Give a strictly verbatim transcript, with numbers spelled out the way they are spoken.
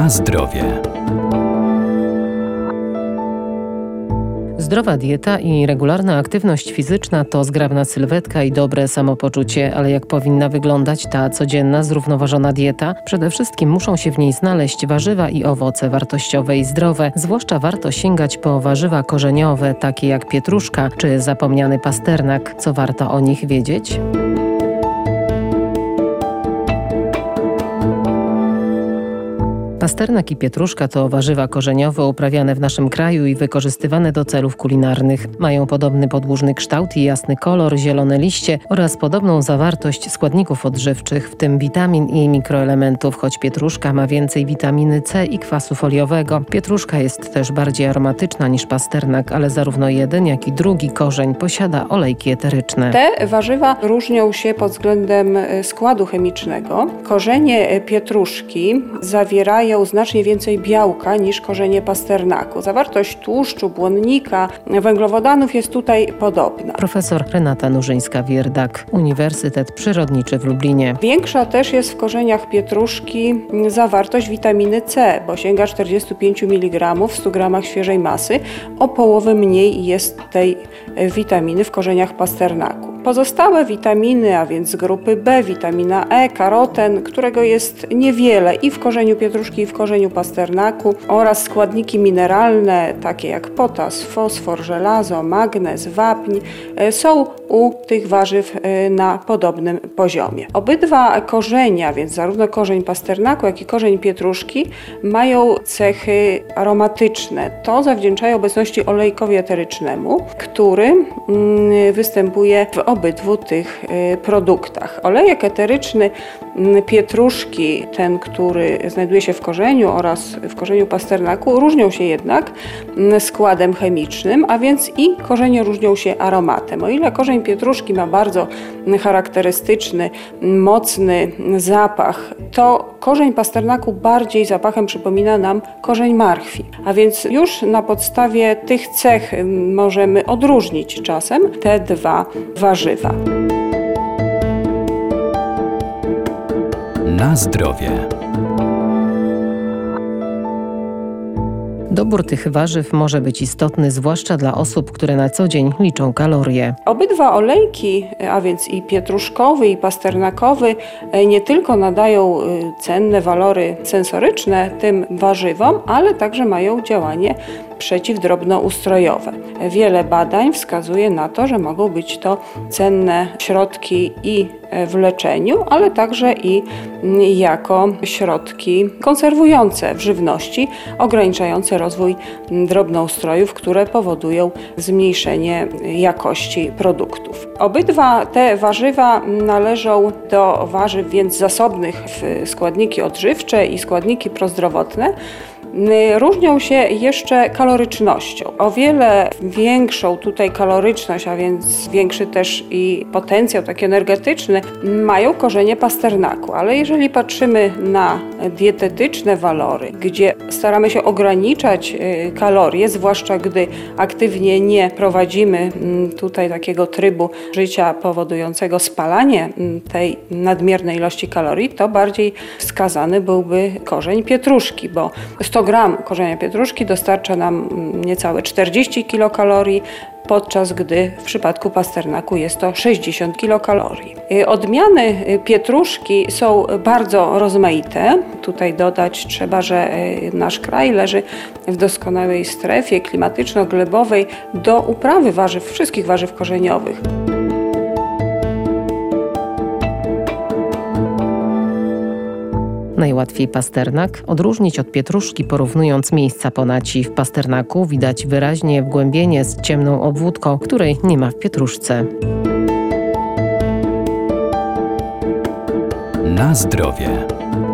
Na zdrowie. Zdrowa dieta i regularna aktywność fizyczna to zgrabna sylwetka i dobre samopoczucie, ale jak powinna wyglądać ta codzienna, zrównoważona dieta? Przede wszystkim muszą się w niej znaleźć warzywa i owoce wartościowe i zdrowe. Zwłaszcza warto sięgać po warzywa korzeniowe, takie jak pietruszka czy zapomniany pasternak. Co warto o nich wiedzieć? Pasternak i pietruszka to warzywa korzeniowe uprawiane w naszym kraju i wykorzystywane do celów kulinarnych. Mają podobny podłużny kształt i jasny kolor, zielone liście oraz podobną zawartość składników odżywczych, w tym witamin i mikroelementów, choć pietruszka ma więcej witaminy C i kwasu foliowego. Pietruszka jest też bardziej aromatyczna niż pasternak, ale zarówno jeden, jak i drugi korzeń posiada olejki eteryczne. Te warzywa różnią się pod względem składu chemicznego. Korzenie pietruszki zawierają znacznie więcej białka niż korzenie pasternaku. Zawartość tłuszczu, błonnika, węglowodanów jest tutaj podobna. Profesor Renata Nurzyńska-Wierdak, Uniwersytet Przyrodniczy w Lublinie. Większa też jest w korzeniach pietruszki zawartość witaminy C, bo sięga czterdzieści pięć miligramów w stu gramach świeżej masy. O połowę mniej jest tej witaminy w korzeniach pasternaku. Pozostałe witaminy, a więc z grupy B, witamina E, karoten, którego jest niewiele i w korzeniu pietruszki, i w korzeniu pasternaku, oraz składniki mineralne, takie jak potas, fosfor, żelazo, magnez, wapń, są u tych warzyw na podobnym poziomie. Obydwa korzenia, więc zarówno korzeń pasternaku, jak i korzeń pietruszki, mają cechy aromatyczne. To zawdzięczają obecności olejkowi eterycznemu, który występuje w obydwu tych produktach. Olejek eteryczny pietruszki, ten, który znajduje się w korzeniu oraz w korzeniu pasternaku, różnią się jednak składem chemicznym, a więc i korzenie różnią się aromatem. O ile korzeń pietruszki ma bardzo charakterystyczny, mocny zapach, to korzeń pasternaku bardziej zapachem przypomina nam korzeń marchwi. A więc już na podstawie tych cech możemy odróżnić czasem te dwa warzywa. Na zdrowie. Dobór tych warzyw może być istotny, zwłaszcza dla osób, które na co dzień liczą kalorie. Obydwa olejki, a więc i pietruszkowy, i pasternakowy, nie tylko nadają cenne walory sensoryczne tym warzywom, ale także mają działanie przeciwdrobnoustrojowe. Wiele badań wskazuje na to, że mogą być to cenne środki i w leczeniu, ale także i jako środki konserwujące w żywności, ograniczające rozwój drobnoustrojów, które powodują zmniejszenie jakości produktów. Obydwa te warzywa należą do warzyw więc zasobnych w składniki odżywcze i składniki prozdrowotne. Różnią się jeszcze kalorycznością. O wiele większą tutaj kaloryczność, a więc większy też i potencjał taki energetyczny mają korzenie pasternaku. Ale jeżeli patrzymy na dietetyczne walory, gdzie staramy się ograniczać kalorie, zwłaszcza gdy aktywnie nie prowadzimy tutaj takiego trybu życia powodującego spalanie tej nadmiernej ilości kalorii, to bardziej wskazany byłby korzeń pietruszki, bo sto gram korzenia pietruszki dostarcza nam niecałe czterdzieści kilokalorii, podczas gdy w przypadku pasternaku jest to sześćdziesiąt kilokalorii. Odmiany pietruszki są bardzo rozmaite. Tutaj dodać trzeba, że nasz kraj leży w doskonałej strefie klimatyczno-glebowej do uprawy warzyw, wszystkich warzyw korzeniowych. Najłatwiej pasternak odróżnić od pietruszki, porównując miejsca ponaci. W pasternaku widać wyraźnie wgłębienie z ciemną obwódką, której nie ma w pietruszce. Na zdrowie.